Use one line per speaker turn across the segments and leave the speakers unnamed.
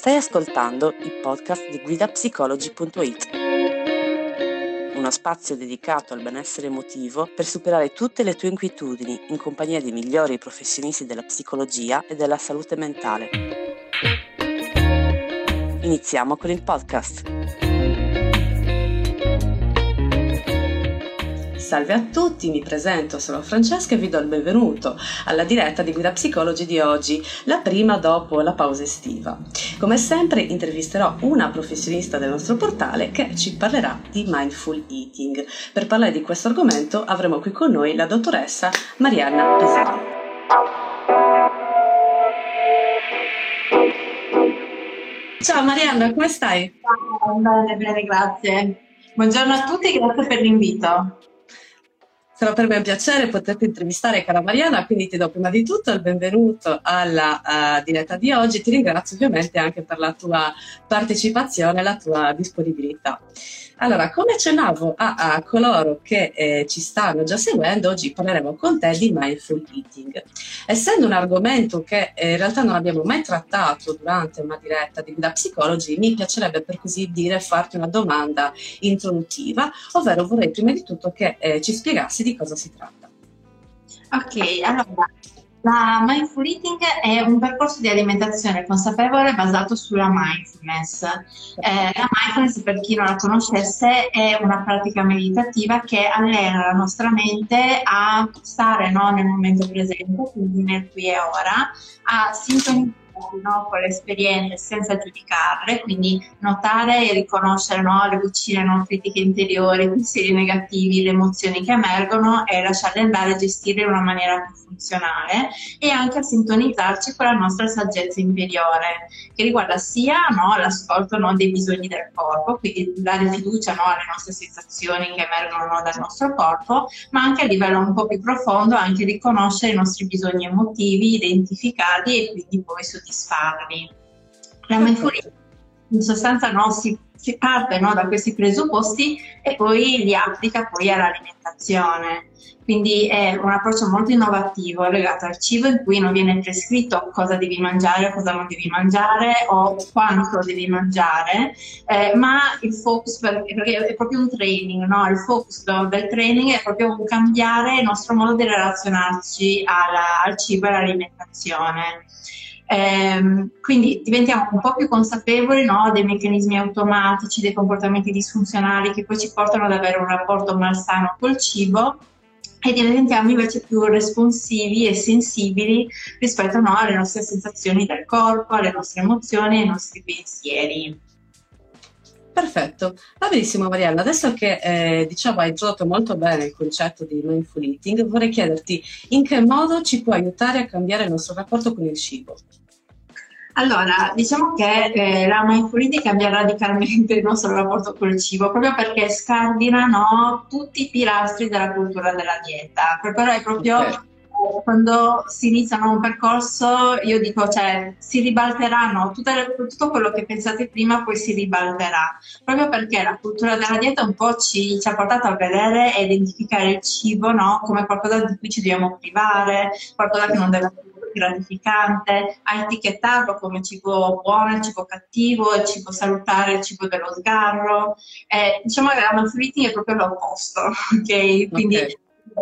Stai ascoltando il podcast di guidapsicologi.it, uno spazio dedicato al benessere emotivo per superare tutte le tue inquietudini in compagnia dei migliori professionisti della psicologia e della salute mentale. Iniziamo con il podcast. Salve a tutti, mi presento, sono Francesca e vi do il benvenuto alla diretta di Guida Psicologi di oggi, la prima dopo la pausa estiva. Come sempre intervisterò una professionista del nostro portale che ci parlerà di Mindful Eating. Per parlare di questo argomento avremo qui con noi la dottoressa Marianna Pesaro. Ciao Marianna, come stai?
Bene, grazie. Buongiorno a tutti e grazie per l'invito.
Sarà per me un piacere poterti intervistare, cara Marianna, quindi ti do prima di tutto il benvenuto alla diretta di oggi. Ti ringrazio ovviamente anche per la tua partecipazione e la tua disponibilità. Allora, come accennavo a coloro che ci stanno già seguendo, oggi parleremo con te di Mindful Eating. Essendo un argomento che in realtà non abbiamo mai trattato durante una diretta di Guida Psicologi, mi piacerebbe per così dire farti una domanda introduttiva, ovvero vorrei prima di tutto che ci spiegassi di cosa si tratta.
Ok, allora, la Mindful Eating è un percorso di alimentazione consapevole basato sulla mindfulness. La mindfulness, per chi non la conoscesse, è una pratica meditativa che allena la nostra mente a stare, no, nel momento presente, quindi nel qui e ora, a sintonizzare, no, con le esperienze senza giudicarle, quindi notare e riconoscere, no, le vocine, no, critiche interiori, i pensieri negativi, le emozioni che emergono e lasciarle andare, gestirle in una maniera più funzionale, e anche a sintonizzarci con la nostra saggezza interiore, che riguarda sia, no, l'ascolto, no, dei bisogni del corpo, quindi dare fiducia, no, alle nostre sensazioni che emergono, no, dal nostro corpo, ma anche a livello un po' più profondo anche riconoscere i nostri bisogni emotivi, identificati e quindi poi soddisfarli. La Mindful Eating in sostanza, no, si parte, no, da questi presupposti e poi li applica poi all'alimentazione. Quindi è un approccio molto innovativo legato al cibo, in cui non viene prescritto cosa devi mangiare o cosa non devi mangiare o quanto devi mangiare, ma il focus, perché è proprio un training, no? Il focus del training è proprio un cambiare il nostro modo di relazionarci al cibo e all'alimentazione. Quindi diventiamo un po' più consapevoli, no, dei meccanismi automatici, dei comportamenti disfunzionali che poi ci portano ad avere un rapporto malsano col cibo, e diventiamo invece più responsivi e sensibili rispetto, no, alle nostre sensazioni del corpo, alle nostre emozioni e ai nostri pensieri.
Perfetto, va benissimo Marianna, adesso che hai introdotto molto bene il concetto di Mindful Eating, vorrei chiederti in che modo ci può aiutare a cambiare il nostro rapporto con il cibo.
Allora, diciamo che la Mindful Eating cambia radicalmente il nostro rapporto col cibo, proprio perché scardina, no, tutti i pilastri della cultura della dieta. Però è proprio quando si inizia un percorso, io dico, cioè, si ribalteranno, tutto quello che pensate prima poi si ribalterà, proprio perché la cultura della dieta un po' ci ha portato a vedere e identificare il cibo, no, come qualcosa di cui ci dobbiamo privare, qualcosa che non deve essere gratificante, a etichettarlo come cibo buono, il cibo cattivo, il cibo salutare, il cibo dello sgarro. Diciamo che la Mindful Eating è proprio l'opposto, ok? Quindi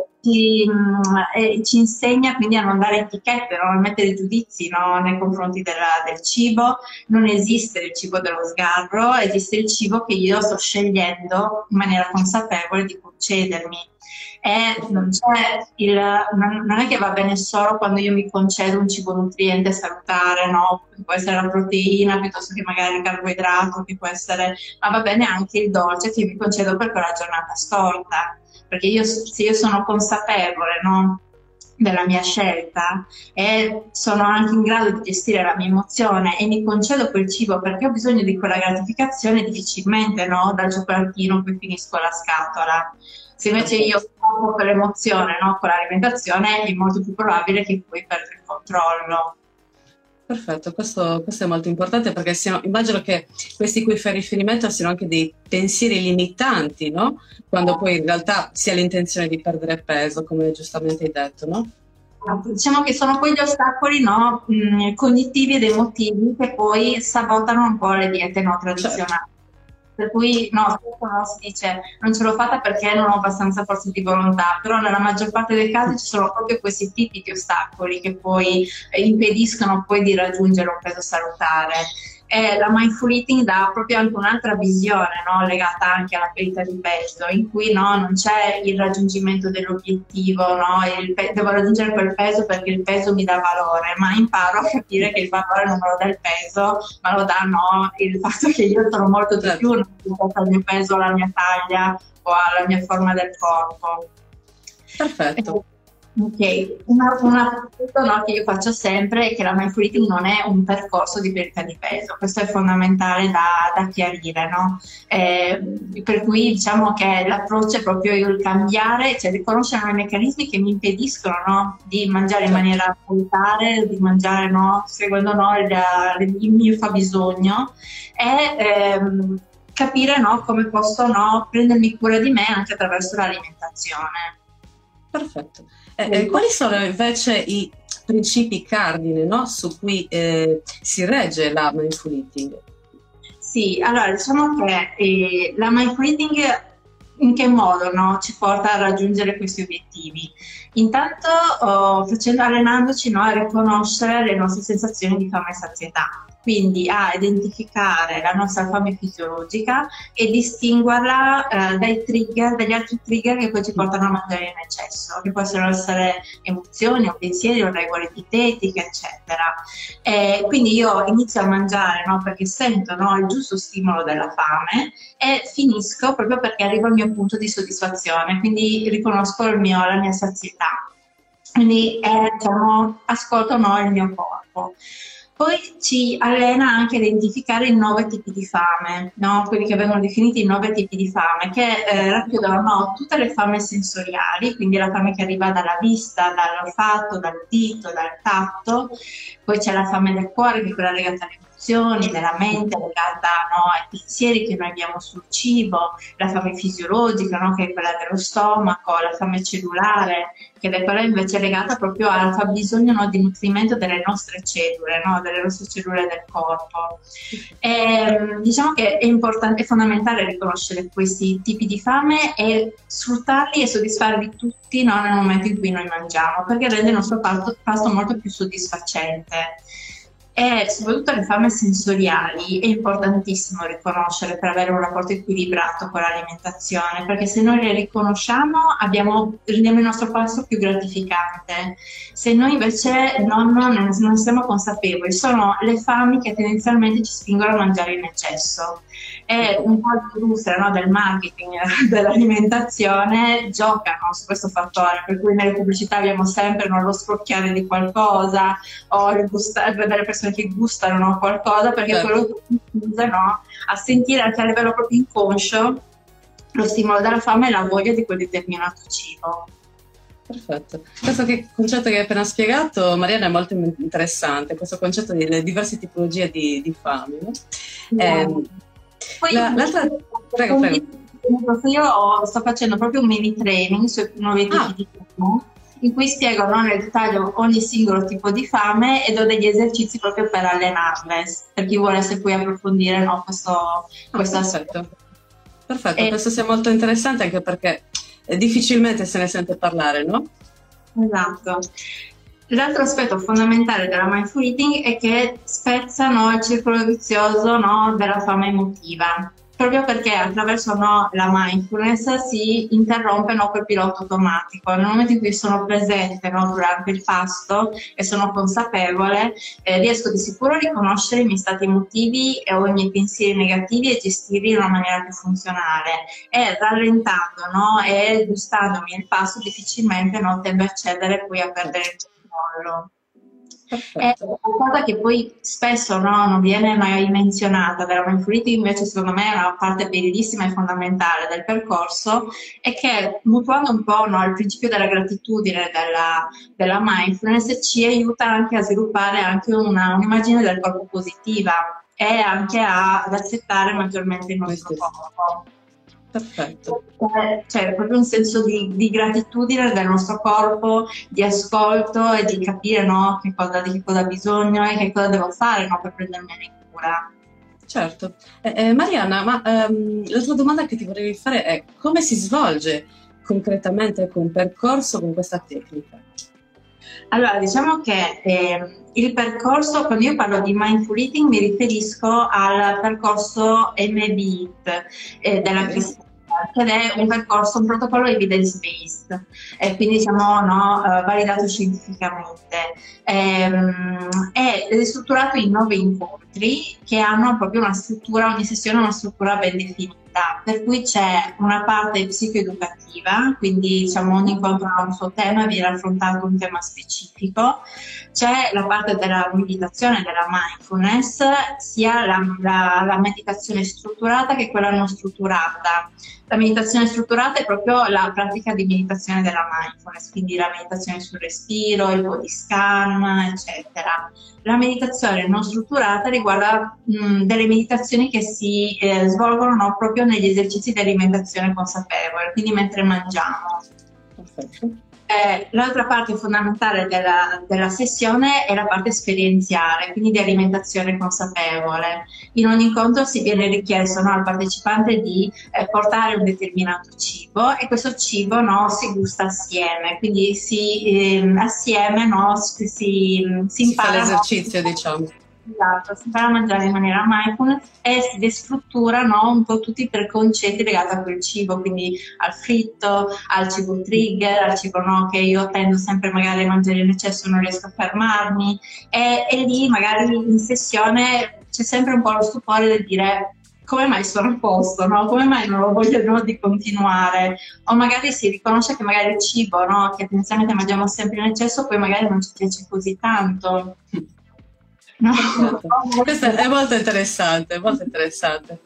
ci insegna quindi a non dare etichette, non mettere giudizi, no, nei confronti del cibo. Non esiste il cibo dello sgarro, esiste il cibo che io sto scegliendo in maniera consapevole di concedermi. E non è che va bene solo quando io mi concedo un cibo nutriente salutare, no? Che può essere la proteina piuttosto che magari il carboidrato, che può essere, ma va bene anche il dolce che mi concedo per quella giornata storta, perché se io sono consapevole, no, della mia scelta e sono anche in grado di gestire la mia emozione e mi concedo quel cibo perché ho bisogno di quella gratificazione, difficilmente, no, dal cioccolatino poi finisco la scatola. Se invece io ho quell'emozione, no, con l'alimentazione, è molto più probabile che poi perdo il controllo.
Perfetto, questo è molto importante, perché immagino che questi cui fai riferimento siano anche dei pensieri limitanti, no? Quando poi in realtà si ha l'intenzione di perdere peso, come giustamente hai detto, no?
Diciamo che sono quegli ostacoli, no, cognitivi ed emotivi che poi sabotano un po' le diete no
Certo,
tradizionali. Per cui no, spesso no, si dice non ce l'ho fatta perché non ho abbastanza forza di volontà, però nella maggior parte dei casi ci sono proprio questi tipi di ostacoli che poi impediscono poi di raggiungere un peso salutare. E la mindful eating dà proprio anche un'altra visione, no? Legata anche alla perdita di peso, in cui no, non c'è il raggiungimento dell'obiettivo, no? Devo raggiungere quel peso perché il peso mi dà valore, ma imparo a capire che il valore non me lo dà il peso, ma lo dà no, il fatto che io sono molto di più
certo,
rispetto al mio peso, alla mia taglia o alla mia forma del corpo.
perfetto.
Ok, una cosa no, che io faccio sempre è che la mindful eating non è un percorso di perdita di peso, questo è fondamentale da chiarire, no? Per cui diciamo che l'approccio è proprio il cambiare, cioè riconoscere i meccanismi che mi impediscono no, di mangiare in
Certo.
maniera salutare, di mangiare no, seguendo no, il mio fabbisogno e capire no, come posso no, prendermi cura di me anche attraverso l'alimentazione.
Perfetto. Quali sono invece i principi cardine, no, su cui si regge la mindful eating?
Sì, allora diciamo che la mindful eating in che modo no, ci porta a raggiungere questi obiettivi? Intanto allenandoci no, a riconoscere le nostre sensazioni di fame e sazietà, quindi a identificare la nostra fame fisiologica e distinguerla dai trigger, dagli altri trigger che poi ci portano a mangiare in eccesso, che possono essere emozioni o pensieri o regole dietetiche, eccetera. Quindi io inizio a mangiare no, perché sento no, il giusto stimolo della fame e finisco proprio perché arrivo al mio punto di soddisfazione, quindi riconosco la mia sazietà. Quindi diciamo, ascolto no, il mio corpo. Poi ci allena anche a identificare i 9 tipi di fame, no? Quelli che vengono definiti i 9 tipi di fame, che racchiudono no, tutte le fame sensoriali, quindi la fame che arriva dalla vista, dall'olfatto, dall'udito, dal tatto, poi c'è la fame del cuore, che è quella legata alle emozioni, della mente, legata no, ai pensieri che noi abbiamo sul cibo, la fame fisiologica, no, che è quella dello stomaco, la fame cellulare, che è quella invece legata proprio al fabbisogno no, di nutrimento delle nostre cellule, no, delle nostre cellule del corpo. Diciamo che è importante, è fondamentale riconoscere questi tipi di fame e sfruttarli e soddisfarli tutti no, nel momento in cui noi mangiamo, perché rende il nostro pasto molto più soddisfacente. E soprattutto le fame sensoriali è importantissimo riconoscere per avere un rapporto equilibrato con l'alimentazione, perché se noi le riconosciamo rendiamo il nostro pasto più gratificante. Se noi invece non siamo consapevoli, sono le fami che tendenzialmente ci spingono a mangiare in eccesso. E un po' l'industria no, del marketing dell'alimentazione giocano su questo fattore, per cui nelle pubblicità abbiamo sempre no, lo scrocchiare di qualcosa o vedere persone che gustano no, qualcosa, perché
Certo.
quello che usa no, a sentire anche a livello proprio inconscio lo stimolo della fame e la voglia di quel determinato cibo.
Perfetto. Questo concetto che hai appena spiegato, Mariana, è molto interessante, questo concetto delle diverse tipologie di fame. No?
Wow. Poi
L'altra... Prego, prego.
io sto facendo proprio un mini training sui 9 tipi di fame in cui spiego no, nel dettaglio ogni singolo tipo di fame e do degli esercizi proprio per allenarle, per chi volesse poi approfondire no, questo aspetto.
Perfetto. Perfetto, questo sia molto interessante anche perché difficilmente se ne sente parlare, no?
Esatto. L'altro aspetto fondamentale della mindful eating è che spezza no, il circolo vizioso no, della fame emotiva, proprio perché attraverso no, la mindfulness si interrompe no, quel pilota automatico. Nel momento in cui sono presente no, durante il pasto e sono consapevole, riesco di sicuro a riconoscere i miei stati emotivi o i miei pensieri negativi e gestirli in una maniera più funzionale. E rallentando no, e aggiustandomi il passo difficilmente no, tendo a cedere poi a perdere il controllo. È
Perfetto.
una cosa che poi spesso no, non viene mai menzionata della mindful eating, invece secondo me è una parte bellissima e fondamentale del percorso, è che mutuando un po' no, il principio della gratitudine della mindfulness ci aiuta anche a sviluppare anche un'immagine del corpo positiva e anche ad accettare maggiormente il nostro corpo.
Perfetto.
C'è proprio un senso di gratitudine del nostro corpo, di ascolto e di capire, no, di che cosa ha bisogno e che cosa devo fare, no, per prendermene cura.
Certo. Mariana, ma l'altra domanda che ti vorrei fare è come si svolge concretamente ecco, un percorso con questa tecnica?
Allora, diciamo che il percorso, quando io parlo di mindful eating, mi riferisco al percorso MBIT della
Ok,
Cristina, ed è un percorso, un protocollo evidence-based, quindi diciamo no, validato scientificamente. Ed è strutturato in 9 incontri che hanno proprio una struttura, ogni sessione ha una struttura ben definita. Per cui c'è una parte psicoeducativa, quindi diciamo ogni incontro ha un suo tema, viene affrontato un tema specifico, c'è la parte della meditazione, della mindfulness, sia la meditazione strutturata che quella non strutturata. La meditazione strutturata è proprio la pratica di meditazione della mindfulness, quindi la meditazione sul respiro, il body scan, eccetera. La meditazione non strutturata riguarda delle meditazioni che si svolgono no, proprio negli esercizi di alimentazione consapevole, quindi mentre mangiamo.
perfetto.
L'altra parte fondamentale della sessione è la parte esperienziale, quindi di alimentazione consapevole. In ogni incontro si viene richiesto no, al partecipante di portare un determinato cibo e questo cibo no, si gusta assieme, quindi assieme no, si
Si fa
impara no,
l'esercizio, diciamo.
esatto, si impara a mangiare in maniera mindfulness e si destruttura no, un po' tutti i preconcetti legati a quel cibo, quindi al fritto, al cibo trigger, al cibo no, che io tendo sempre magari a mangiare in eccesso, non riesco a fermarmi e lì magari in sessione c'è sempre un po' lo stupore del dire come mai sono a posto, no? Come mai non ho voglia no, di continuare? O magari si riconosce che magari il cibo, no, che tendenzialmente mangiamo sempre in eccesso, poi magari non ci piace così tanto. No.
Perfetto. Questo è molto interessante, molto interessante.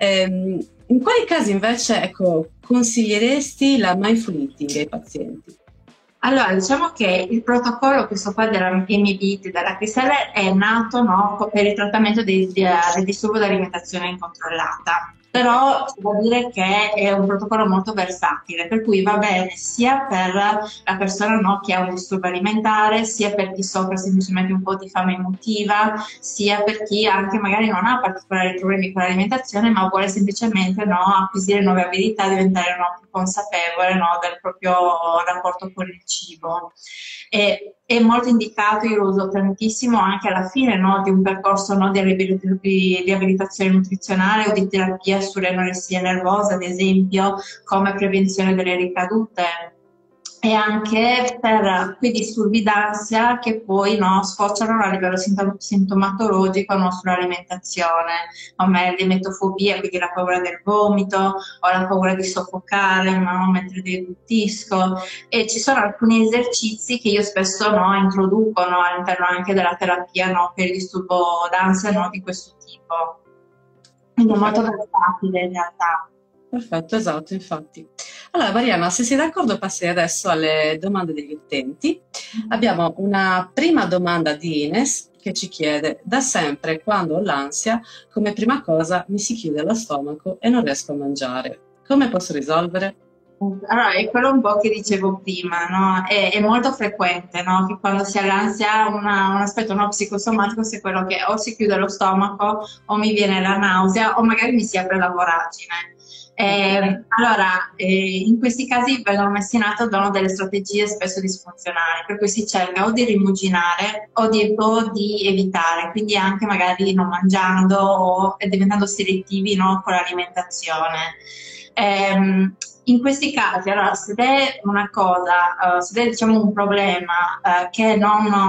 In quali casi invece ecco, consiglieresti la mindful eating ai pazienti?
Allora, diciamo che il protocollo, questo qua della MBIT, della Crisella, è nato no, per il trattamento del disturbo di alimentazione incontrollata. Però c'è da dire che è un protocollo molto versatile, per cui va bene sia per la persona no, che ha un disturbo alimentare, sia per chi soffre semplicemente un po' di fame emotiva, sia per chi anche magari non ha particolari problemi con l'alimentazione, ma vuole semplicemente no, acquisire nuove abilità, diventare no, più consapevole no, del proprio rapporto con il cibo. È molto indicato, io lo uso tantissimo anche alla fine no, di un percorso no, di riabilitazione nutrizionale o di terapia sull'anoressia nervosa, ad esempio, come prevenzione delle ricadute. E anche per quei disturbi d'ansia che poi no, sfociano a livello sintomatologico no, sull'alimentazione, come l'emetofobia, quindi la paura del vomito o la paura di soffocare no, mentre deglutisco. E ci sono alcuni esercizi che io spesso no, introduco no, all'interno anche della terapia no, per il disturbo d'ansia no, di questo tipo. Quindi è molto versatile in realtà.
Perfetto, esatto, infatti. Allora, Mariana, se sei d'accordo, passerei adesso alle domande degli utenti. Abbiamo una prima domanda di Ines che ci chiede: da sempre, quando ho l'ansia, come prima cosa mi si chiude lo stomaco e non riesco a mangiare. Come posso risolvere?
Allora, è quello un po' che dicevo prima, no? È molto frequente, no? Che quando si ha l'ansia un aspetto no, psicosomatico sia quello che o si chiude lo stomaco o mi viene la nausea o magari mi si apre la voragine. Allora, in questi casi vengono messi in atto delle strategie spesso disfunzionali, per cui si cerca o di rimuginare o di evitare, quindi anche magari non mangiando o diventando selettivi no, con l'alimentazione. In questi casi, allora, se è una cosa, se è diciamo, un problema che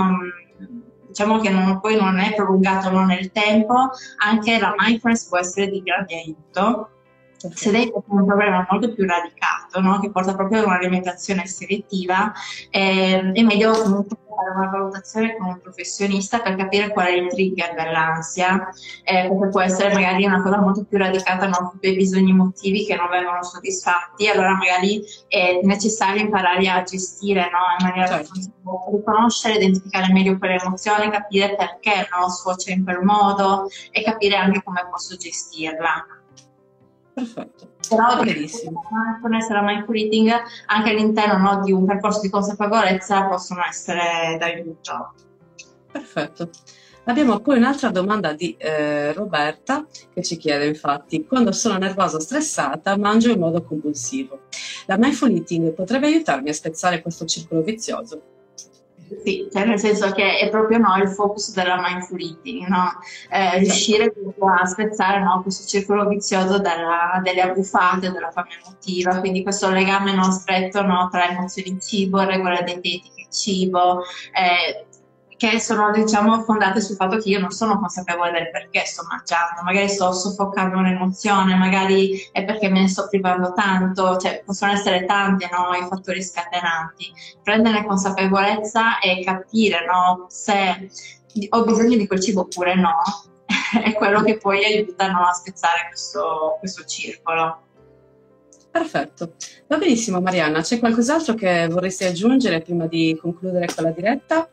diciamo che poi non è prolungato no, nel tempo, anche la mindfulness può essere di grande aiuto. Se lei ha un problema molto più radicato, no? Che porta proprio ad un'alimentazione selettiva, è meglio comunque fare una valutazione con un professionista per capire qual è il trigger dell'ansia, perché può essere magari una cosa molto più radicata no? Dei bisogni emotivi che non vengono soddisfatti, allora magari è necessario imparare a gestire no? In maniera riconoscere, identificare meglio quelle emozioni, capire perché no? Sfocia in quel modo e capire anche come posso gestirla.
Perfetto,
Però
va benissimo.
mindfulness e la mindful eating anche all'interno, no, di un percorso di consapevolezza possono essere d'aiuto.
Perfetto. Abbiamo poi un'altra domanda di Roberta che ci chiede infatti: quando sono nervosa o stressata mangio in modo compulsivo. La mindful eating potrebbe aiutarmi a spezzare questo circolo vizioso?
Sì, cioè nel senso che è proprio il focus della mindful eating, no? Riuscire a spezzare, no, questo circolo vizioso delle abbuffate, della fame emotiva, quindi questo legame non stretto, no, tra emozioni e cibo, regole dietetiche e cibo, che sono, diciamo, fondate sul fatto che io non sono consapevole del perché sto mangiando, magari sto soffocando un'emozione, magari è perché me ne sto privando tanto, cioè possono essere tanti, no, i fattori scatenanti. Prendere consapevolezza e capire, no, se ho bisogno di quel cibo oppure no, è quello che poi aiuta, no, a spezzare questo circolo.
Perfetto, va benissimo Marianna, c'è qualcos'altro che vorresti aggiungere prima di concludere con la diretta?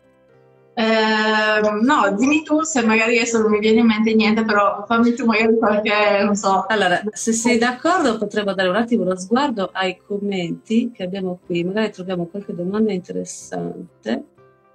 No, dimmi tu se magari adesso non mi viene in mente niente, però fammi tu magari qualche, non so.
Allora, se sei d'accordo potremmo dare un attimo uno sguardo ai commenti che abbiamo qui, magari troviamo qualche domanda interessante.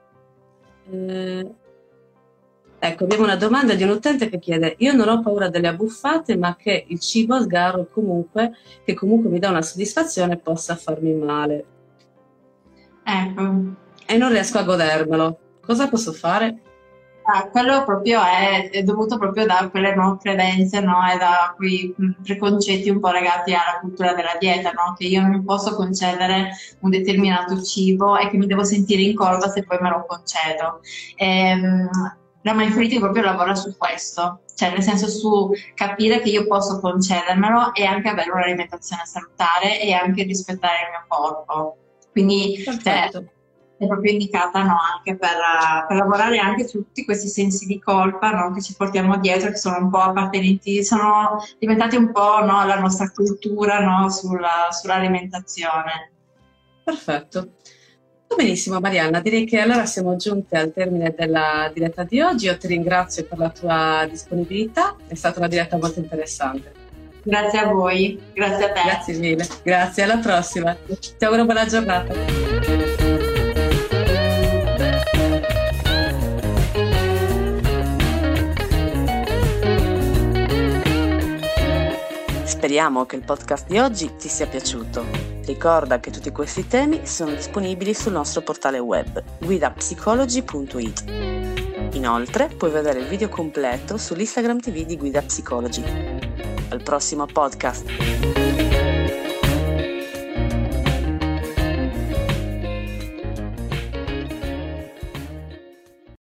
Ecco, abbiamo una domanda di un utente che chiede: io non ho paura delle abbuffate, ma che il cibo a sgarro comunque, che comunque mi dà una soddisfazione, possa farmi male.
Ecco.
E non riesco a godermelo. Cosa posso fare?
Quello proprio è dovuto proprio da quelle credenze, no? E da quei preconcetti un po' legati alla cultura della dieta, no? Che io non mi posso concedere un determinato cibo e che mi devo sentire in colpa se poi me lo concedo. La mindful eating proprio lavora su questo, cioè nel senso su capire che io posso concedermelo e anche avere un'alimentazione salutare e anche rispettare il mio corpo. Quindi è proprio indicata, no, anche per lavorare anche su tutti questi sensi di colpa, no, che ci portiamo dietro, che sono un po' appartenenti, sono diventati un po', no, la nostra cultura, no, sull'alimentazione.
Perfetto. Va benissimo Marianna, direi che allora siamo giunte al termine della diretta di oggi. Io ti ringrazio per la tua disponibilità, è stata una diretta molto interessante.
Grazie a voi, grazie a te.
Grazie mille, grazie, alla prossima. Ti auguro buona giornata. Speriamo che il podcast di oggi ti sia piaciuto. Ricorda che tutti questi temi sono disponibili sul nostro portale web guidapsicology.it. Inoltre puoi vedere il video completo sull'Instagram TV di Guida Psicology. Al prossimo podcast!